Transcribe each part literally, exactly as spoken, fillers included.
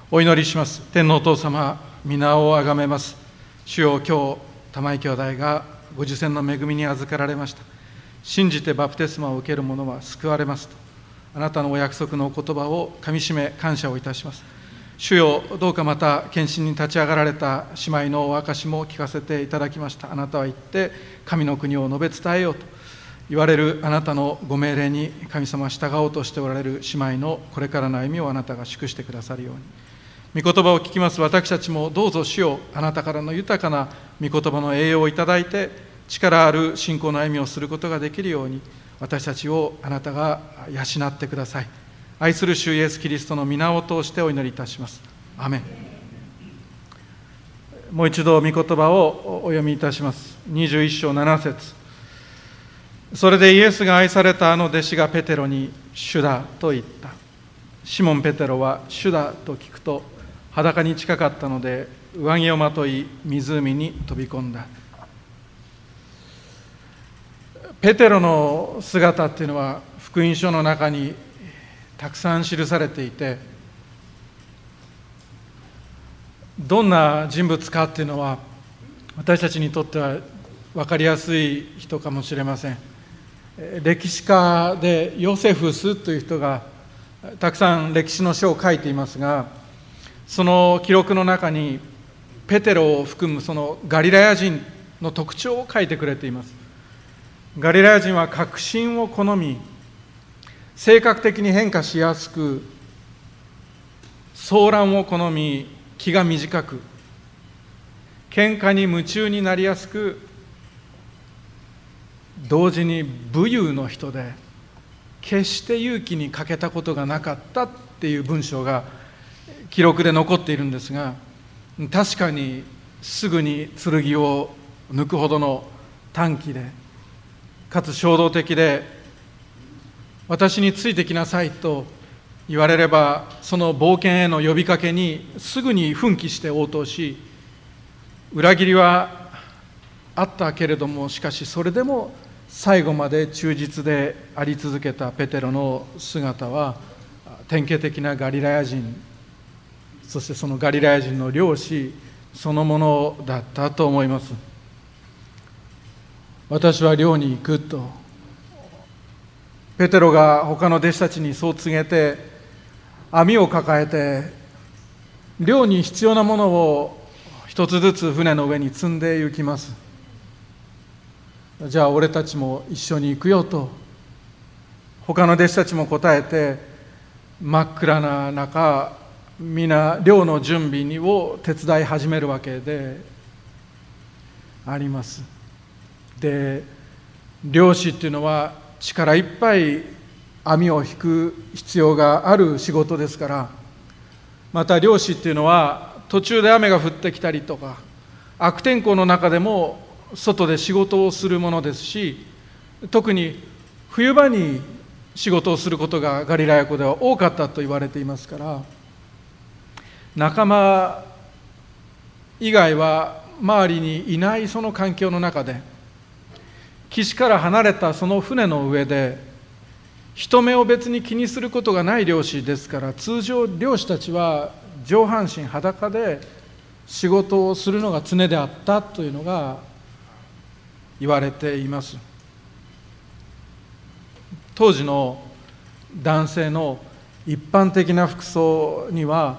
お祈りします。天のお父様、皆をあがめます。主よ、今日玉井兄弟がご受洗の恵みに預かられました。信じてバプテスマを受ける者は救われますと、あなたのお約束のお言葉をかみしめ感謝をいたします。主よ、どうかまた献身に立ち上がられた姉妹のお証も聞かせていただきました。あなたは言って神の国を述べ伝えようと言われるあなたのご命令に神様は従おうとしておられる姉妹のこれからの歩みをあなたが祝してくださるように。御言葉を聞きます私たちもどうぞ主よ、あなたからの豊かな御言葉の栄養をいただいて、力ある信仰の歩みをすることができるように、私たちをあなたが養ってください。愛する主イエスキリストの皆を通してお祈りいたします。アメン。もう一度御言葉をお読みいたします。にじゅういっ章なな節。それでイエスが愛されたあの弟子がペテロに主だと言った。シモン・ペテロは主だと聞くと裸に近かったので上着をまとい湖に飛び込んだ。ペテロの姿っていうのは福音書の中にたくさん記されていて、どんな人物かっていうのは私たちにとっては分かりやすい人かもしれません。歴史家でヨセフスという人がたくさん歴史の書を書いていますが、その記録の中にペテロを含むそのガリラヤ人の特徴を書いてくれています。ガリラヤ人は革新を好み、性格的に変化しやすく、騒乱を好み、気が短く、喧嘩に夢中になりやすく、同時に武勇の人で決して勇気に欠けたことがなかったっていう文章が記録で残っているんですが、確かにすぐに剣を抜くほどの短気でかつ衝動的で、私についてきなさいと言われればその冒険への呼びかけにすぐに奮起して応答し、裏切りはあったけれどもしかしそれでも最後まで忠実であり続けたペテロの姿は典型的なガリラヤ人、そしてそのガリラヤ人の漁師そのものだったと思います。私は漁に行くとペテロが他の弟子たちにそう告げて、網を抱えて漁に必要なものを一つずつ船の上に積んで行きます。じゃあ俺たちも一緒に行くよと他の弟子たちも答えて、真っ暗な中皆漁の準備を手伝い始めるわけであります。で、漁師っていうのは力いっぱい網を引く必要がある仕事ですから、また漁師っていうのは途中で雨が降ってきたりとか悪天候の中でも外で仕事をするものですし、特に冬場に仕事をすることがガリラヤ湖では多かったと言われていますから、仲間以外は周りにいないその環境の中で、岸から離れたその船の上で人目を別に気にすることがない漁師ですから、通常漁師たちは上半身裸で仕事をするのが常であったというのが言われています。当時の男性の一般的な服装には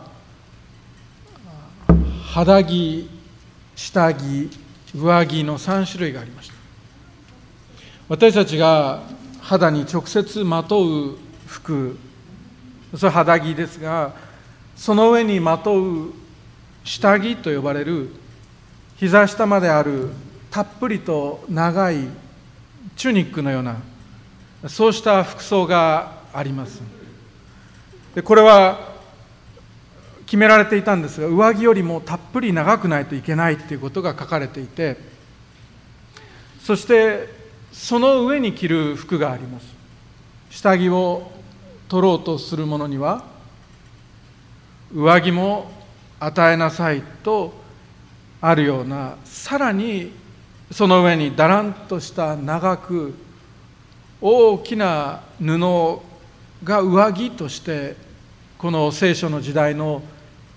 肌着、下着、上着のさん種類がありました。私たちが肌に直接まとう服、それは肌着ですが、その上にまとう下着と呼ばれる膝下まであるたっぷりと長いチュニックのようなそうした服装があります。でこれは決められていたんですが、上着よりもたっぷり長くないといけないということが書かれていて、そしてその上に着る服があります。下着を取ろうとする者には上着も与えなさいとあるような、さらにその上にだらんとした長く大きな布が上着としてこの聖書の時代の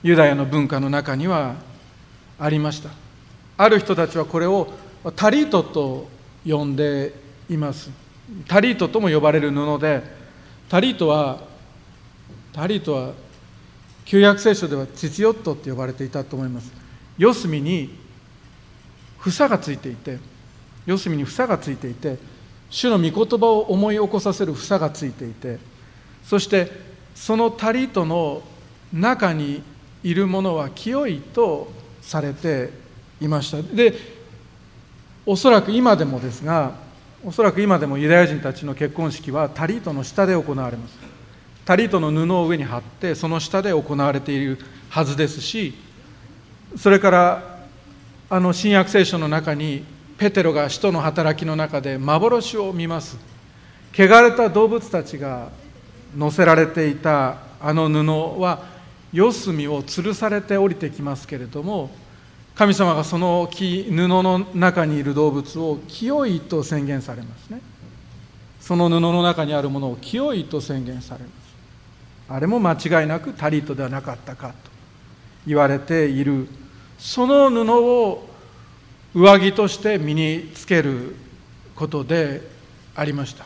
ユダヤの文化の中にはありました。ある人たちはこれをタリートと呼んでいます。タリートとも呼ばれる布で、タリートはタリートは旧約聖書ではツィツヨットって呼ばれていたと思います。四隅に房がついていて、四隅に房がついていて、主の御言葉を思い起こさせる房がついていて、そしてそのタリートの中にいるものは清いとされていました。で、おそらく今でもですが、おそらく今でもユダヤ人たちの結婚式はタリートの下で行われます。タリートの布を上に貼ってその下で行われているはずですし、それからあの新約聖書の中にペテロが使徒の働きの中で幻を見ます。汚れた動物たちが乗せられていたあの布は四隅を吊るされて降りてきますけれども、神様がその木布の中にいる動物を清いと宣言されますね。その布の中にあるものを清いと宣言されます。あれも間違いなくタリートではなかったかと言われている。その布を上着として身につけることでありました。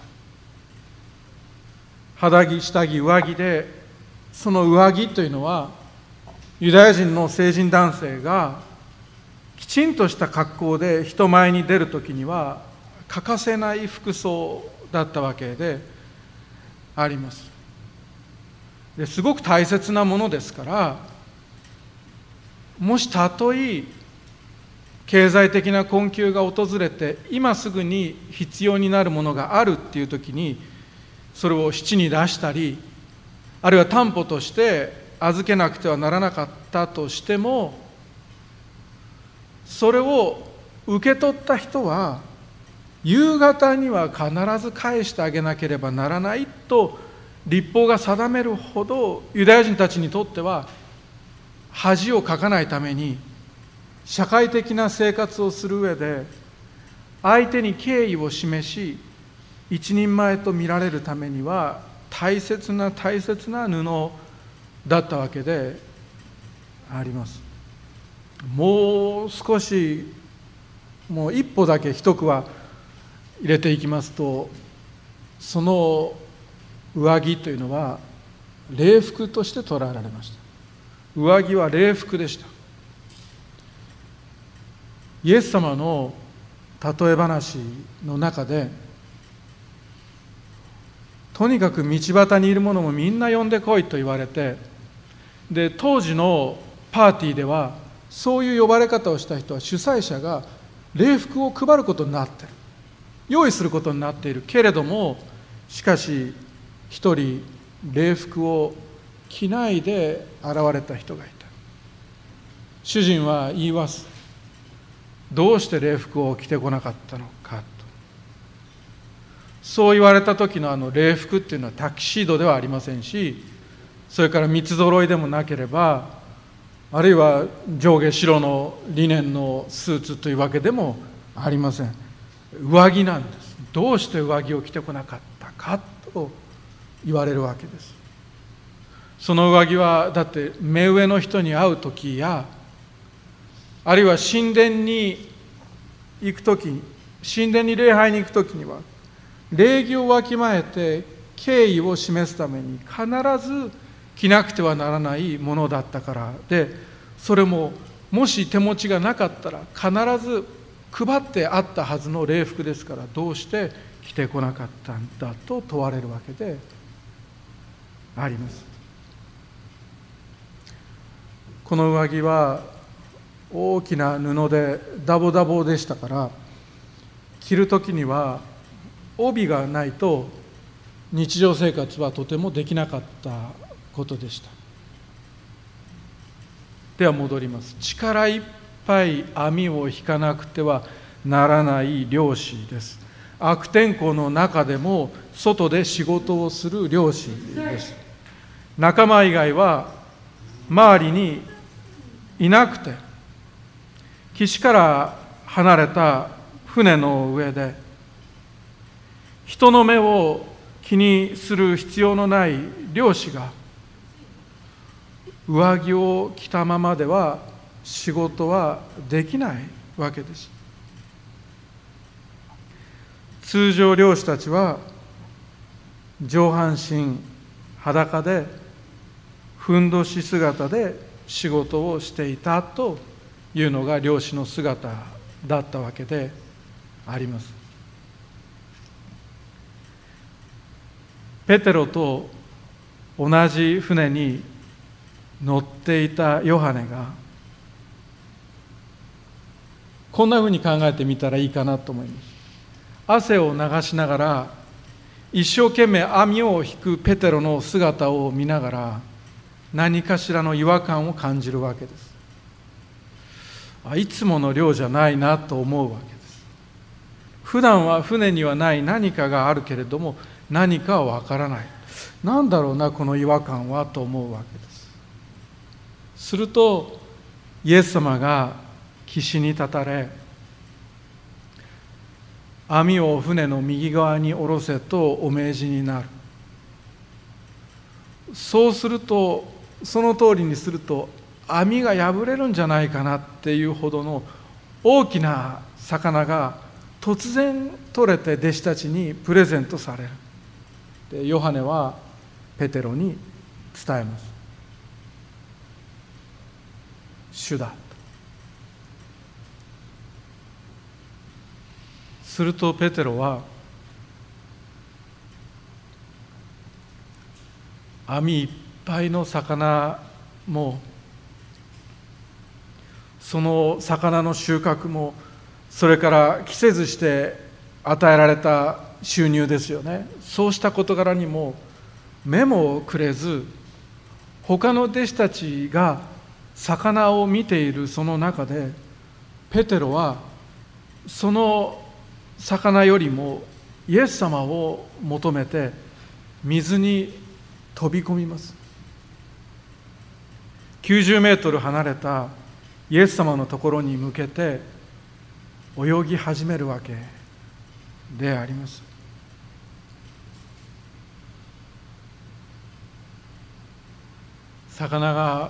肌着、下着、上着で、その上着というのはユダヤ人の成人男性がきちんとした格好で人前に出るときには欠かせない服装だったわけであります。ですごく大切なものですから、もしたとえ経済的な困窮が訪れて今すぐに必要になるものがあるっていうときに、それを質に出したり、あるいは担保として預けなくてはならなかったとしても、それを受け取った人は夕方には必ず返してあげなければならないと律法が定めるほど、ユダヤ人たちにとっては恥をかかないために社会的な生活をする上で相手に敬意を示し一人前と見られるためには大切な大切な布だったわけであります。もう少し、もう一歩だけ一句は入れていきますと、その上着というのは礼服として捉えられました。上着は礼服でした。イエス様の例え話の中で、とにかく道端にいる者もみんな呼んでこいと言われて、で当時のパーティーではそういう呼ばれ方をした人は主催者が礼服を配ることになっている、用意することになっているけれども、しかし一人礼服を着ないで現れた人がいた。主人は言います。どうして礼服を着てこなかったのかと。そう言われた時のあの礼服っていうのはタキシードではありませんし、それから三つ揃いでもなければ、あるいは上下白のリネンのスーツというわけでもありません。上着なんです。どうして上着を着てこなかったかと言われるわけです。その上着はだって目上の人に会う時や、あるいは神殿に行く時、神殿に礼拝に行く時には礼儀をわきまえて敬意を示すために必ず着なくてはならないものだったからで、それももし手持ちがなかったら必ず配ってあったはずの礼服ですから、どうして着てこなかったんだと問われるわけであります。この上着は大きな布でダボダボでしたから、着るときには帯がないと日常生活はとてもできなかったことでした。では戻ります。力いっぱい網を引かなくてはならない漁師です。悪天候の中でも外で仕事をする漁師です。仲間以外は周りにいなくて、岸から離れた船の上で人の目を気にする必要のない漁師が上着を着たままでは仕事はできないわけです。通常漁師たちは上半身裸でふんどし姿で仕事をしていたというのが漁師の姿だったわけであります。ペテロと同じ船に乗っていたヨハネがこんなふうに考えてみたらいいかなと思います。汗を流しながら一生懸命網を引くペテロの姿を見ながら何かしらの違和感を感じるわけです。あ、いつもの漁じゃないなと思うわけです。普段は船にはない何かがあるけれども何かはわからない。なんだろうなこの違和感はと思うわけです。するとイエス様が岸に立たれ、網を船の右側に下ろせとお命じになる。そうすると、その通りにすると網が破れるんじゃないかなっていうほどの大きな魚が突然取れて弟子たちにプレゼントされる。でヨハネはペテロに伝えます。主だ。するとペテロは網いっぱいの魚もその魚の収穫もそれから期せずして与えられた収入ですよね。そうした事柄にも目もくれず、他の弟子たちが魚を見ているその中でペテロはその魚よりもイエス様を求めて水に飛び込みます。きゅうじゅうメートル離れたイエス様のところに向けて泳ぎ始めるわけであります。魚が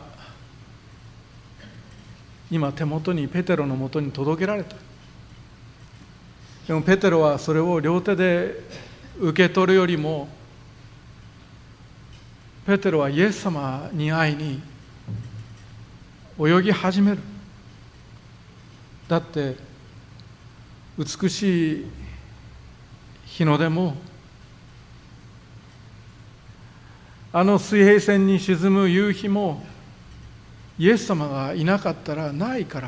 今手元にペテロのもとに届けられた。でもペテロはそれを両手で受け取るよりも、ペテロはイエス様に会いに泳ぎ始める。だって美しい日の出も、あの水平線に沈む夕日もイエス様がいなかったらないから。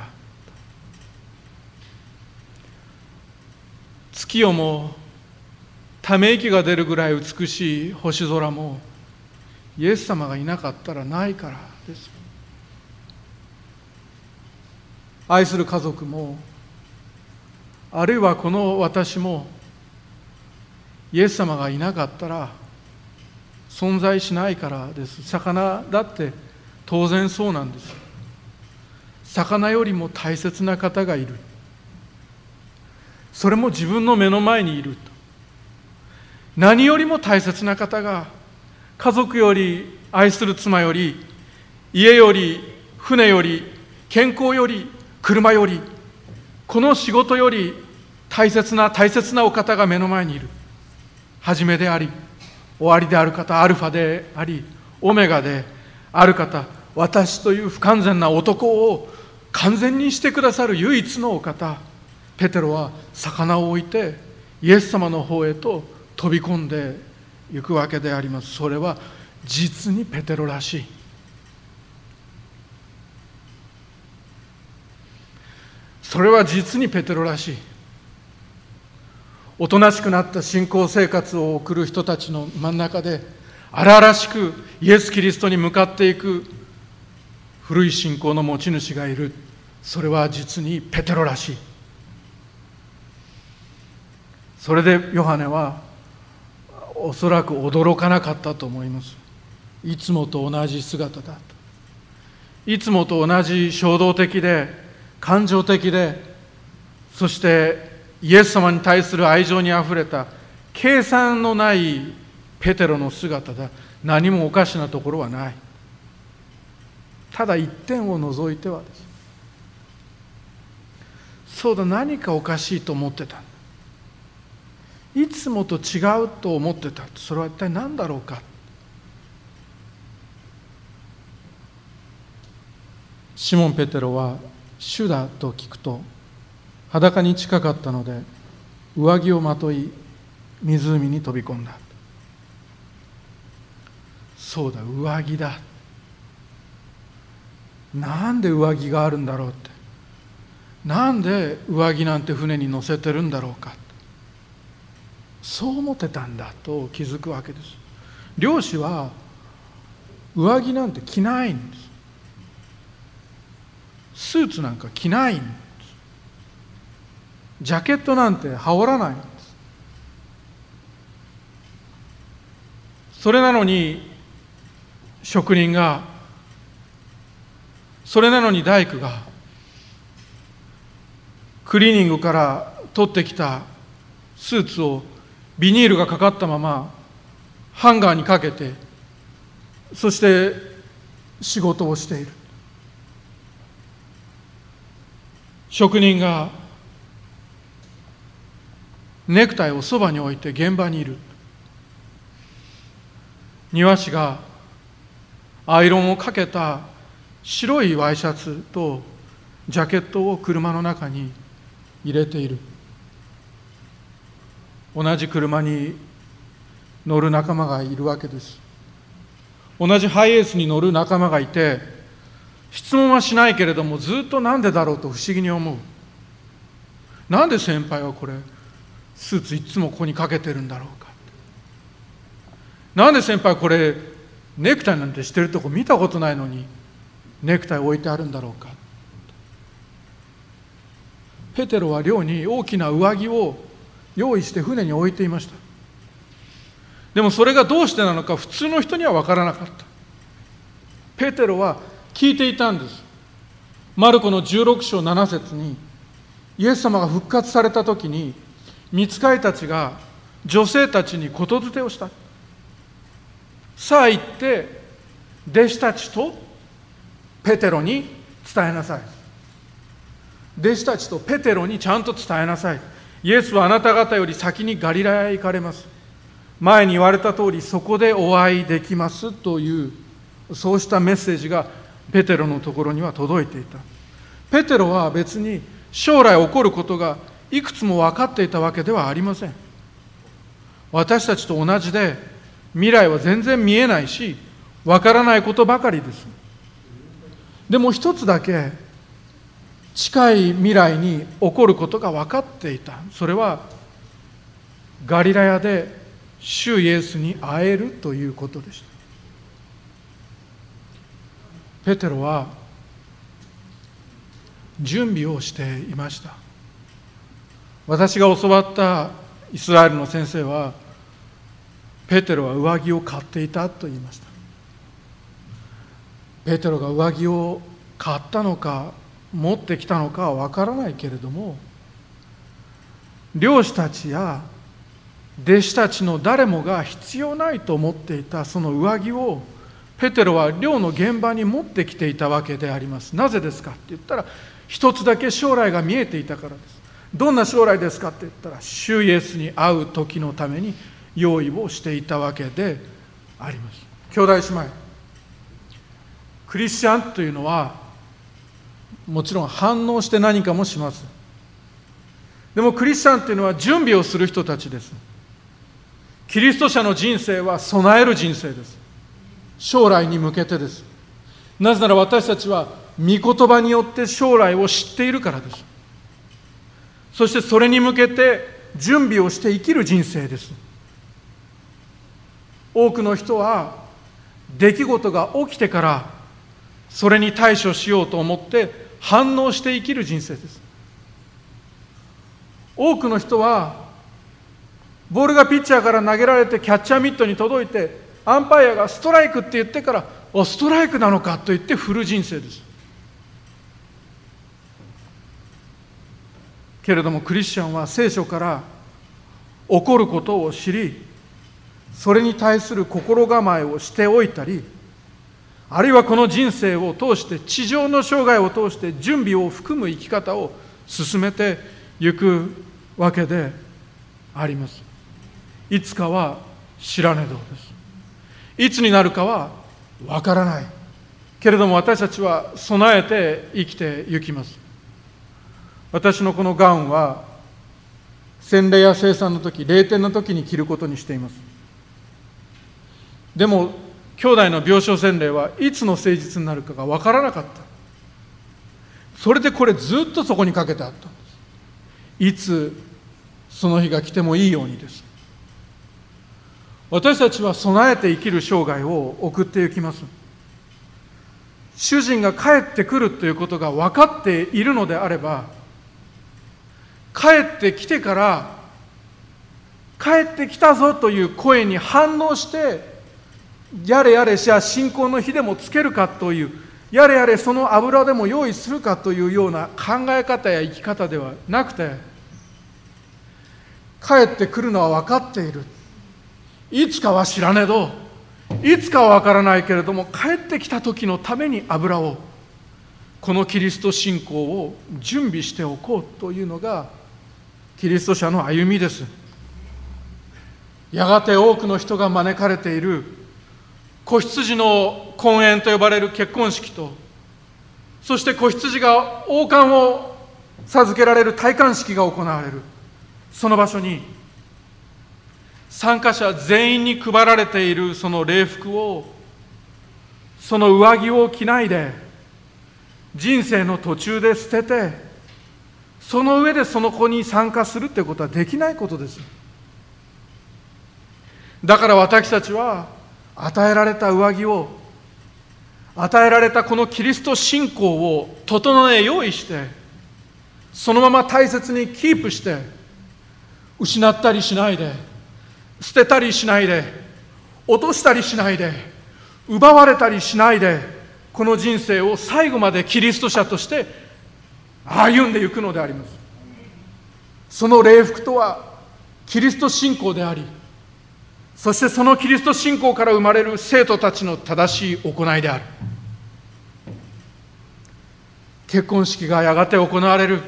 月夜もため息が出るぐらい美しい星空もイエス様がいなかったらないからです。愛する家族も、あるいはこの私もイエス様がいなかったら存在しないからです。魚だって当然そうなんです。魚よりも大切な方がいる。それも自分の目の前にいると。何よりも大切な方が、家族より、愛する妻より、家より、船より、健康より、車より、この仕事より大切な大切なお方が目の前にいる。初めであり終わりである方、アルファでありオメガである方、私という不完全な男を完全にしてくださる唯一のお方。ペテロは魚を置いてイエス様の方へと飛び込んでいくわけであります。それは実にペテロらしい。それは実にペテロらしい。おとなしくなった信仰生活を送る人たちの真ん中で、荒々しくイエス・キリストに向かっていく古い信仰の持ち主がいる。それは実にペテロらしい。それでヨハネはおそらく驚かなかったと思います。いつもと同じ姿だと。いつもと同じ衝動的で感情的で、そしてイエス様に対する愛情にあふれた計算のないペテロの姿だ。何もおかしなところはない。 ただ一点を除いてはです。そうだ、何かおかしいと思ってた。いつもと違うと思ってた。それは一体何だろうか。シモン・ペテロは主だと聞くと裸に近かったので上着をまとい湖に飛び込んだ。そうだ、上着だ。なんで上着があるんだろうって、なんで上着なんて船に乗せてるんだろうか、そう思ってたんだと気づくわけです。漁師は上着なんて着ないんです。スーツなんか着ないんです。ジャケットなんて羽織らないんです。それなのに職人が、それなのに大工がクリーニングから取ってきたスーツをビニールがかかったままハンガーにかけて、そして仕事をしている。職人がネクタイをそばに置いて現場にいる。庭師がアイロンをかけた白いワイシャツとジャケットを車の中に入れている。同じ車に乗る仲間がいるわけです。同じハイエースに乗る仲間がいて、質問はしないけれどもずっとなんでだろうと不思議に思う。なんで先輩はこれスーツいつもここにかけてるんだろうか。なんで先輩これネクタイなんてしてるとこ見たことないのにネクタイ置いてあるんだろうか。ペテロは漁に大きな上着を用意して船に置いていました。でもそれがどうしてなのか普通の人には分からなかった。ペテロは聞いていたんです。マルコのじゅうろく章なな節にイエス様が復活された時に御使いたちが女性たちに言づてをした。さあ行って弟子たちとペテロに伝えなさい。弟子たちとペテロにちゃんと伝えなさい。イエスはあなた方より先にガリラヤへ行かれます。前に言われた通りそこでお会いできますという、そうしたメッセージがペテロのところには届いていた。ペテロは別に将来起こることがいくつも分かっていたわけではありません。私たちと同じで未来は全然見えないし分からないことばかりです。でも一つだけ近い未来に起こることが分かっていた。それはガリラヤで主イエスに会えるということでした。ペテロは準備をしていました。私が教わったイスラエルの先生は、ペテロは上着を買っていたと言いました。ペテロが上着を買ったのか持ってきたのかはわからないけれども、漁師たちや弟子たちの誰もが必要ないと思っていたその上着をペテロは漁の現場に持ってきていたわけであります。なぜですかって言ったら、一つだけ将来が見えていたからです。どんな将来ですかって言ったら、主イエスに会う時のために用意をしていたわけであります。兄弟姉妹、クリスチャンというのはもちろん反応して何かもします。でもクリスチャンというのは準備をする人たちです。キリスト者の人生は備える人生です。将来に向けてです。なぜなら私たちは御言葉によって将来を知っているからです。そしてそれに向けて準備をして生きる人生です。多くの人は出来事が起きてからそれに対処しようと思って反応して生きる人生です。多くの人はボールがピッチャーから投げられてキャッチャーミットに届いてアンパイアがストライクって言ってからおストライクなのかと言って振る人生です。けれどもクリスチャンは聖書から起こることを知り、それに対する心構えをしておいたり、 あるいはこの人生を通して、地上の生涯を通して準備を含む生き方を進めていくわけであります。いつかは知らねどです。いつになるかはわからないけれども、私たちは備えて生きてゆきます。私のこのガウンは洗礼や聖餐の時、霊典の時に着ることにしています。でも兄弟の病床洗礼はいつの誠実になるかがわからなかった。それでこれずっとそこにかけてあったんです。いつその日が来てもいいようにです。私たちは備えて生きる生涯を送っていきます。主人が帰ってくるということが分かっているのであれば、帰ってきてから帰ってきたぞという声に反応して、やれやれじゃあ信仰の火でもつけるかという、やれやれその油でも用意するかというような考え方や生き方ではなくて、帰ってくるのは分かっている。いつかは知らねど、いつかは分からないけれども、帰ってきた時のために油を、このキリスト信仰を準備しておこうというのがキリスト者の歩みです。やがて多くの人が招かれている子羊の婚宴と呼ばれる結婚式と、そして子羊が王冠を授けられる戴冠式が行われるその場所に、参加者全員に配られているその礼服を、その上着を着ないで人生の途中で捨てて、その上でその子に参加するってことはできないことです。だから私たちは与えられた上着を、与えられたこのキリスト信仰を整え用意して、そのまま大切にキープして、失ったりしないで、捨てたりしないで、落としたりしないで、奪われたりしないで、この人生を最後までキリスト者として歩んでいくのであります。その礼服とはキリスト信仰であり、そしてそのキリスト信仰から生まれる生徒たちの正しい行いである。結婚式がやがて行われる。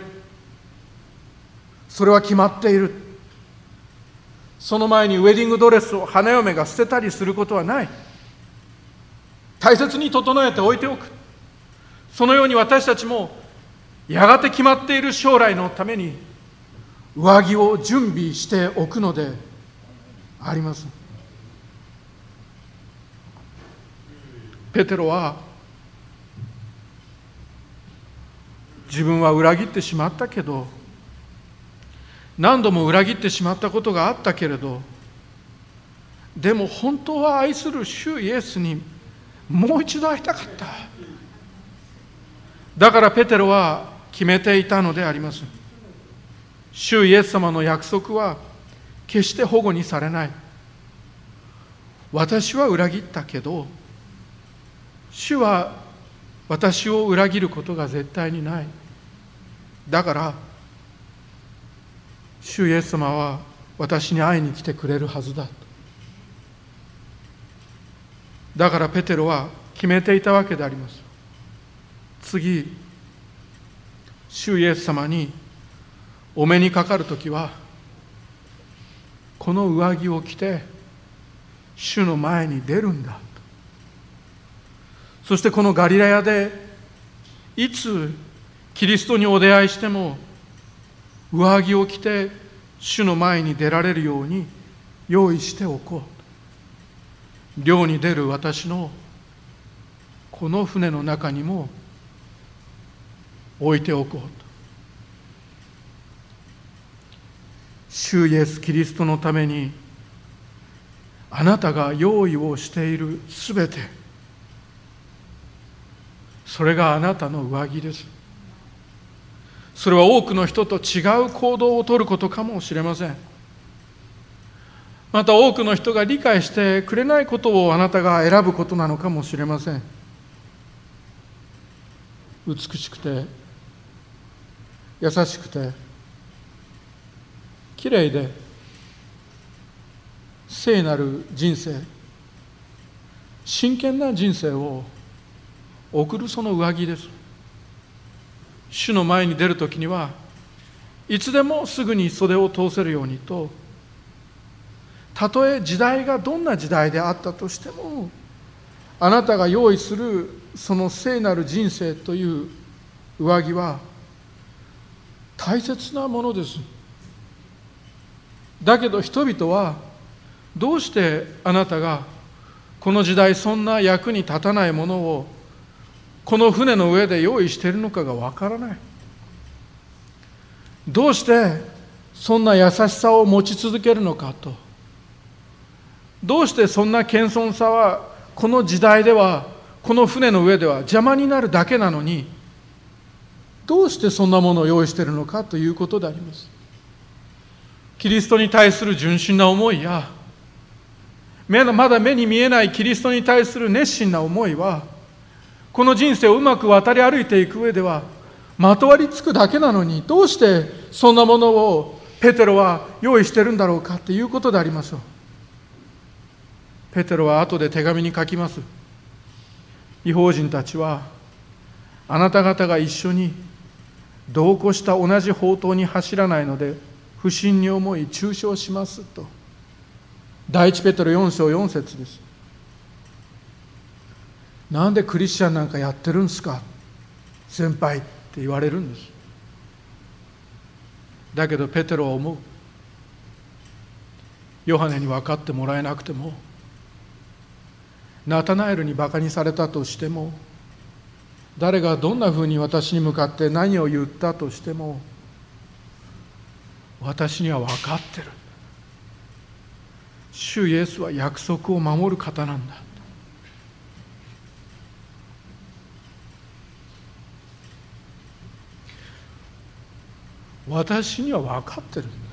それは決まっている。その前にウェディングドレスを花嫁が捨てたりすることはない。大切に整えておいておく。そのように私たちもやがて決まっている将来のために上着を準備しておくのであります。ペテロは自分は裏切ってしまったけど、何度も裏切ってしまったことがあったけれど、でも本当は愛する主イエスにもう一度会いたかった。だからペテロは決めていたのであります。主イエス様の約束は決して反故にされない。私は裏切ったけど、主は私を裏切ることが絶対にない。だから主イエス様は私に会いに来てくれるはずだ。だからペテロは決めていたわけであります。次、主イエス様にお目にかかるときは、この上着を着て主の前に出るんだ。そしてこのガリラヤでいつキリストにお出会いしても上着を着て主の前に出られるように用意しておこう。漁に出る私のこの船の中にも置いておこうと。主イエスキリストのためにあなたが用意をしているすべて、それがあなたの上着です。それは多くの人と違う行動をとることかもしれません。また多くの人が理解してくれないことをあなたが選ぶことなのかもしれません。美しくて優しくてきれいで聖なる人生、真剣な人生を送るその上着です。主の前に出るときにはいつでもすぐに袖を通せるようにと、たとえ時代がどんな時代であったとしても、あなたが用意するその聖なる人生という上着は大切なものです。だけど人々はどうしてあなたがこの時代そんな役に立たないものをこの船の上で用意しているのかがわからない。どうしてそんな優しさを持ち続けるのかと、どうしてそんな謙遜さはこの時代では、この船の上では邪魔になるだけなのに、どうしてそんなものを用意しているのかということであります。キリストに対する純真な思いや、まだ目に見えないキリストに対する熱心な思いは、この人生をうまく渡り歩いていく上ではまとわりつくだけなのに、どうしてそんなものをペテロは用意しているんだろうかということでありましょう。ペテロは後で手紙に書きます。異邦人たちはあなた方が一緒に同行した同じ法灯に走らないので不審に思い中傷しますと。第一ペテロよん章よん節です。なんでクリスチャンなんかやってるんですか先輩って言われるんです。だけどペテロは思う。ヨハネに分かってもらえなくても、ナタナエルにバカにされたとしても、誰がどんなふうに私に向かって何を言ったとしても、私には分かってる。主イエスは約束を守る方なんだ。私には分かってるんだ。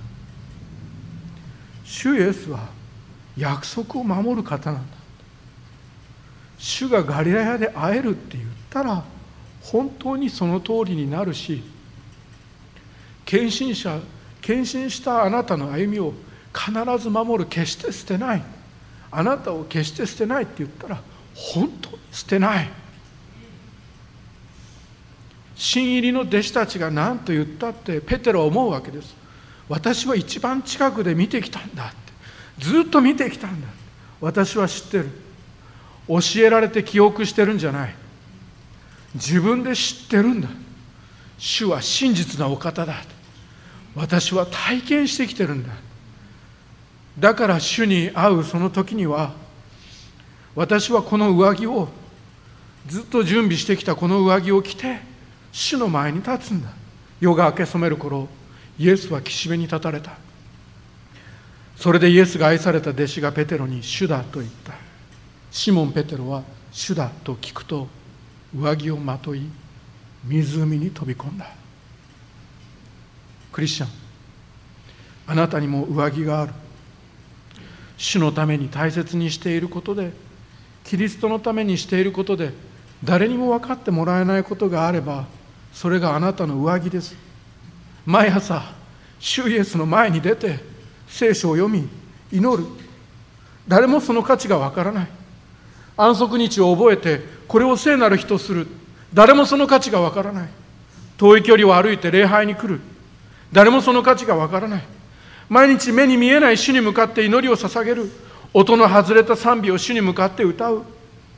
主イエスは約束を守る方なんだ。主がガリラヤで会えるって言ったら本当にその通りになるし、献身者献身したあなたの歩みを必ず守る、決して捨てない、あなたを決して捨てないって言ったら本当に捨てない。新入りの弟子たちが何と言ったってペテロは思うわけです。私は一番近くで見てきたんだって、ずっと見てきたんだ、私は知ってる。教えられて記憶してるんじゃない、自分で知ってるんだ。主は真実なお方だ、私は体験してきてるんだ。だから主に会うその時には、私はこの上着をずっと準備してきたこの上着を着て主の前に立つんだ。夜が明け染める頃、イエスは岸辺に立たれた。それでイエスが愛された弟子がペテロに主だと言った。シモン・ペテロは主だと聞くと上着をまとい湖に飛び込んだ。クリスチャン、あなたにも上着がある。主のために大切にしていることで、キリストのためにしていることで誰にも分かってもらえないことがあれば、それがあなたの上着です。毎朝主イエスの前に出て聖書を読み祈る。誰もその価値が分からない。安息日を覚えてこれを聖なる日とする。誰もその価値が分からない。遠い距離を歩いて礼拝に来る。誰もその価値が分からない。毎日目に見えない主に向かって祈りを捧げる。音の外れた賛美を主に向かって歌う。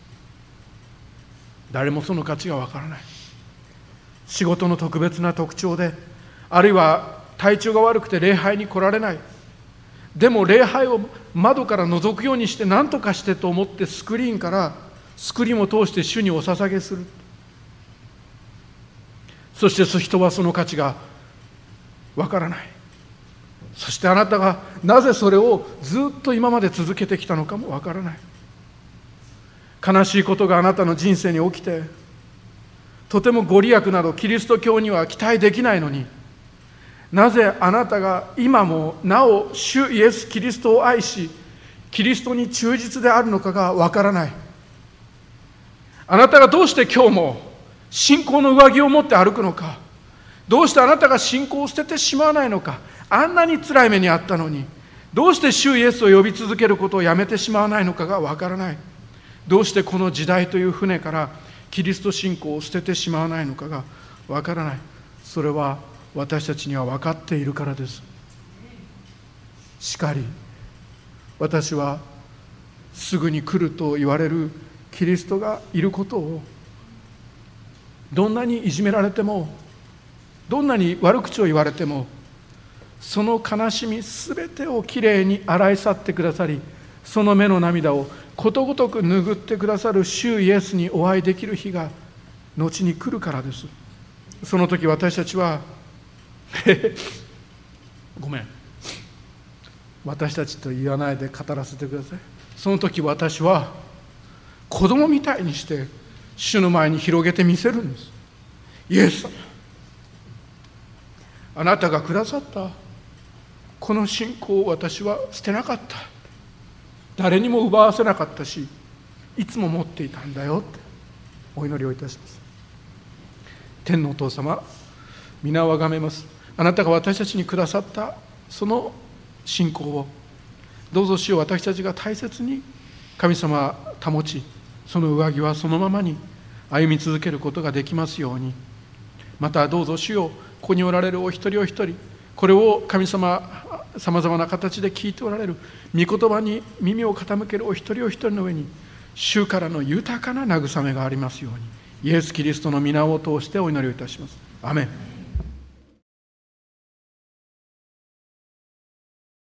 誰もその価値が分からない。仕事の特別な特徴で、あるいは体調が悪くて礼拝に来られない。でも礼拝を窓から覗くようにして何とかしてと思ってスクリーンからスクリーンを通して主にお捧げする。そして人はその価値がわからない。そしてあなたがなぜそれをずっと今まで続けてきたのかもわからない。悲しいことがあなたの人生に起きて、とてもご利益などキリスト教には期待できないのに、なぜあなたが今もなお主イエス・キリストを愛し、キリストに忠実であるのかがわからない。あなたがどうして今日も信仰の上着を持って歩くのか、どうしてあなたが信仰を捨ててしまわないのか、あんなに辛い目にあったのに、どうして主イエスを呼び続けることをやめてしまわないのかがわからない。どうしてこの時代という船からキリスト信仰を捨ててしまわないのかがわからない。それは私たちには分かっているからです。しかり、私はすぐに来ると言われるキリストがいることを、どんなにいじめられても、どんなに悪口を言われても、その悲しみすべてをきれいに洗い去ってくださり、その目の涙をことごとく拭ってくださる主イエスにお会いできる日が後に来るからです。その時私たちはごめん、私たちと言わないで語らせてください。その時私は子供みたいにして主の前に広げてみせるんです。イエス様、あなたがくださったこの信仰を私は捨てなかった。誰にも奪わせなかったし、いつも持っていたんだよってお祈りをいたします。天のお父様、皆をあがめます。あなたが私たちにくださったその信仰を、どうぞ主を私たちが大切に神様保ち、その上着はそのままに歩み続けることができますように。またどうぞ主よ、ここにおられるお一人お一人、これを神様さまざまな形で聞いておられる御言葉に耳を傾けるお一人お一人の上に、主からの豊かな慰めがありますように、イエス・キリストの皆を通してお祈りをいたします。アメン。